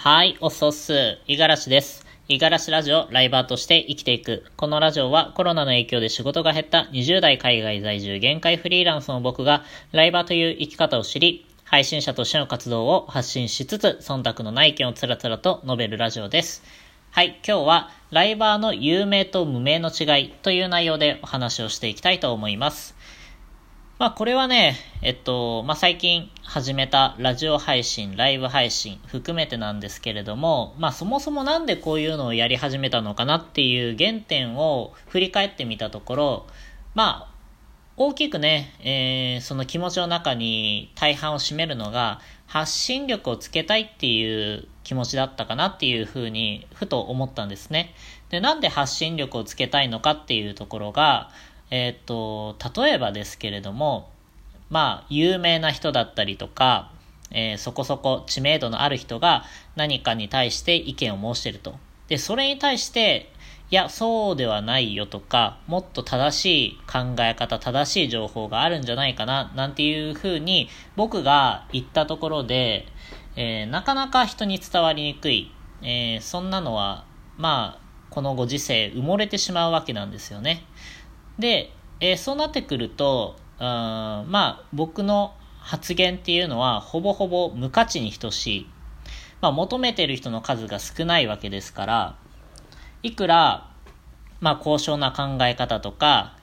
はい、おっそっす。五十嵐です。五十嵐ラジオライバーとして生きていく。このラジオはコロナの影響で仕事が減った20代海外在住限界フリーランスの僕がライバーという生き方を知り、配信者としての活動を発信しつつ、忖度のない意見をつらつらと述べるラジオです。はい、今日はライバーの有名と無名の違いという内容でお話をしていきたいと思います。これはね、最近始めたラジオ配信、ライブ配信含めてなんですけれども、そもそもなんでこういうのをやり始めたのかなっていう原点を振り返ってみたところ、大きくね、その気持ちの中に大半を占めるのが、発信力をつけたいっていう気持ちだったかなっていうふうに、ふと思ったんですね。で、なんで発信力をつけたいのかっていうところが、例えばですけれども、有名な人だったりとか、そこそこ知名度のある人が何かに対して意見を申していると。で、それに対して、いや、そうではないよとか、もっと正しい考え方、正しい情報があるんじゃないかな、なんていうふうに僕が言ったところで、なかなか人に伝わりにくい、そんなのは、このご時世埋もれてしまうわけなんですよね。で、そうなってくると、僕の発言っていうのはほぼほぼ無価値に等しい。求めてる人の数が少ないわけですから、いくら、高尚な考え方とか、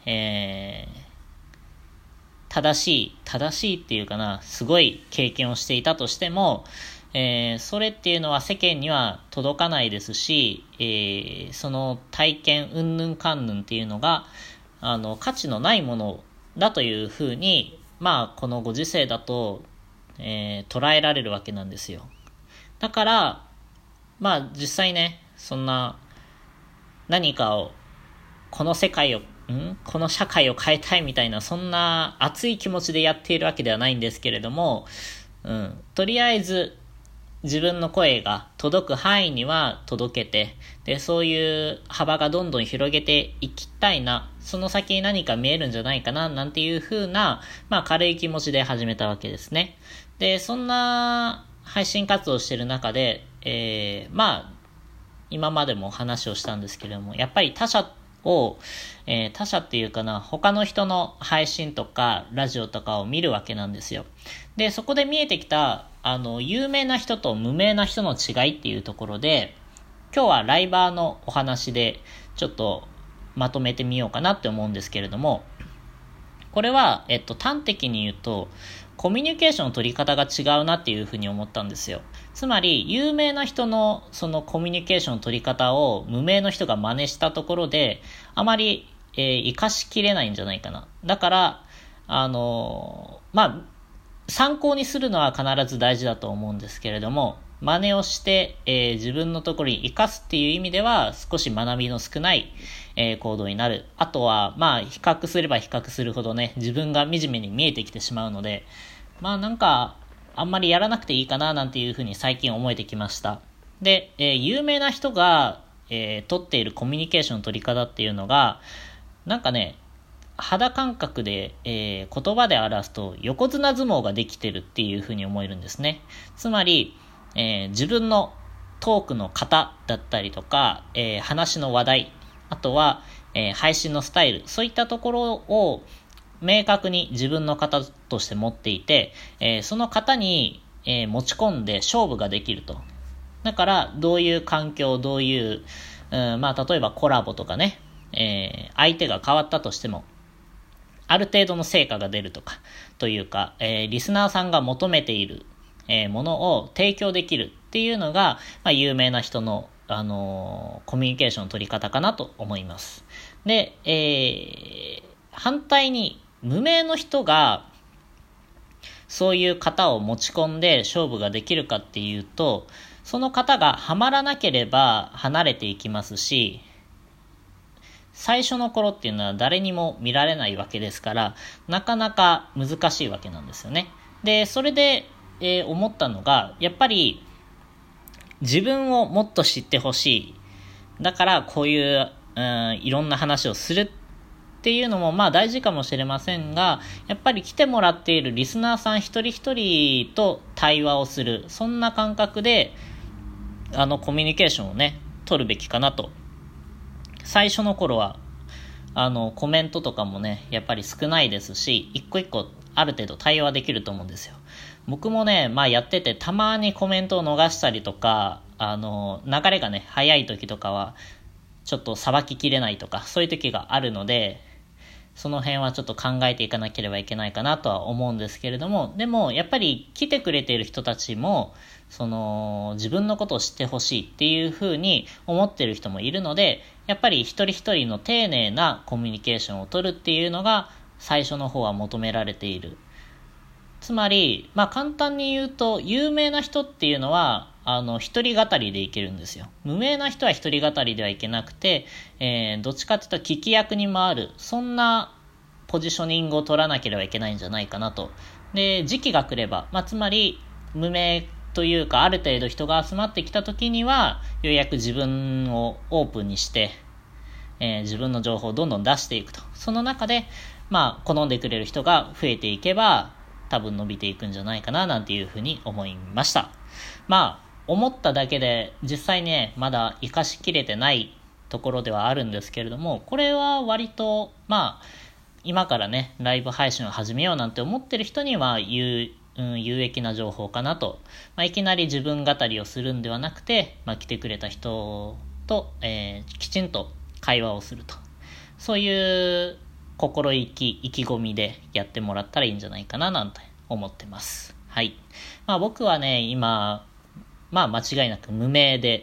正しいっていうかな、すごい経験をしていたとしても、それっていうのは世間には届かないですし、その体験うんぬんかんぬんっていうのが、価値のないものだというふうに、このご時世だと、捉えられるわけなんですよ。だから、実際ね、そんな、何かを、この社会を変えたいみたいな、そんな熱い気持ちでやっているわけではないんですけれども、とりあえず、自分の声が届く範囲には届けて、で、そういう幅がどんどん広げていきたいな、その先に何か見えるんじゃないかな、なんていう風な、軽い気持ちで始めたわけですね。で、そんな配信活動をしている中で、今までも話をしたんですけれども、やっぱり他者っていうかな、他の人の配信とかラジオとかを見るわけなんですよ。で、そこで見えてきた、有名な人と無名な人の違いっていうところで、今日はライバーのお話でちょっとまとめてみようかなって思うんですけれども、これは、端的に言うと、コミュニケーションの取り方が違うなっていうふうに思ったんですよ。つまり、有名な人のそのコミュニケーションの取り方を無名の人が真似したところで、あまり、活かしきれないんじゃないかな。だから、参考にするのは必ず大事だと思うんですけれども、真似をして、自分のところに活かすっていう意味では少し学びの少ない、行動になる。あとは、比較すれば比較するほどね、自分が惨めに見えてきてしまうので、あんまりやらなくていいかななんていうふうに最近思えてきました。で、有名な人が、取っているコミュニケーションの取り方っていうのが、肌感覚で、言葉で表すと横綱相撲ができてるっていうふうに思えるんですね。つまり、自分のトークの型だったりとか、話の話題、あとは、配信のスタイル、そういったところを明確に自分の型として持っていて、その型に、持ち込んで勝負ができると。だからどういう環境、どういう、例えばコラボとかね、相手が変わったとしてもある程度の成果が出るとかというか、リスナーさんが求めている、ものを提供できるっていうのが、有名な人の、コミュニケーションの取り方かなと思います。で、反対に無名の人がそういう型を持ち込んで勝負ができるかっていうと、その型がはまらなければ離れていきますし、最初の頃っていうのは誰にも見られないわけですから、なかなか難しいわけなんですよね。で、それで、思ったのが、やっぱり自分をもっと知ってほしい。だからこういう、いろんな話をするっていうのも大事かもしれませんが、やっぱり来てもらっているリスナーさん一人一人と対話をする。そんな感覚でコミュニケーションをね、取るべきかなと。最初の頃は、コメントとかもね、やっぱり少ないですし、一個一個ある程度対応できると思うんですよ。僕もね、やっててたまにコメントを逃したりとか、流れがね、早い時とかは、ちょっとさばききれないとか、そういう時があるので、その辺はちょっと考えていかなければいけないかなとは思うんですけれども、でもやっぱり来てくれている人たちも、自分のことを知ってほしいっていう風に思っている人もいるので、やっぱり一人一人の丁寧なコミュニケーションを取るっていうのが最初の方は求められている。つまり、簡単に言うと、有名な人っていうのは、一人語りでいけるんですよ。無名な人は一人語りではいけなくて、どっちかっていうと聞き役に回る、そんなポジショニングを取らなければいけないんじゃないかなと。で、時期が来れば、つまり、無名というか、ある程度人が集まってきた時には、ようやく自分をオープンにして、自分の情報をどんどん出していくと。その中で、好んでくれる人が増えていけば、多分伸びていくんじゃないかな、なんていうふうに思いました。思っただけで、実際ね、まだ活かしきれてないところではあるんですけれども、これは割と、今からね、ライブ配信を始めようなんて思ってる人には有益な情報かなと。いきなり自分語りをするんではなくて、来てくれた人と、きちんと会話をすると。そういう心意気込みでやってもらったらいいんじゃないかななんて思ってます。はい。僕はね、今、間違いなく無名で、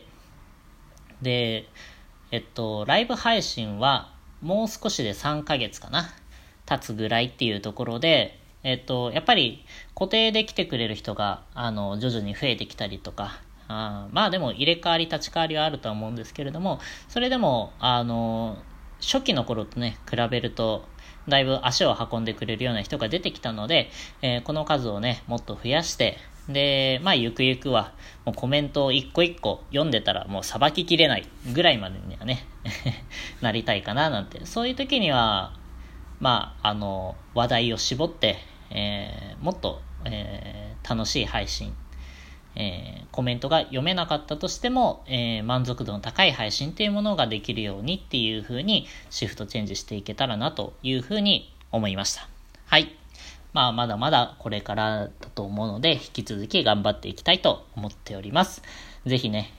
ライブ配信はもう少しで3ヶ月かな、経つぐらいっていうところで、やっぱり固定で来てくれる人が、徐々に増えてきたりとか、でも入れ替わり立ち替わりはあるとは思うんですけれども、それでも、初期の頃とね、比べると、だいぶ足を運んでくれるような人が出てきたので、この数をね、もっと増やして、で、ゆくゆくは、もうコメントを一個一個読んでたらもうさばききれないぐらいまでにはね、なりたいかななんて。そういう時には、話題を絞って、もっと、楽しい配信、コメントが読めなかったとしても、満足度の高い配信っていうものができるようにっていう風にシフトチェンジしていけたらなという風に思いました。はい。まだまだこれからだと思うので、引き続き頑張っていきたいと思っております。ぜひね、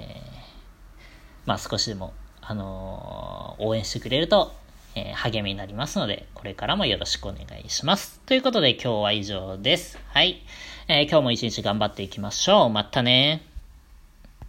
少しでも、応援してくれると、励みになりますので、これからもよろしくお願いします。ということで今日は以上です。はい。今日も一日頑張っていきましょう。またね。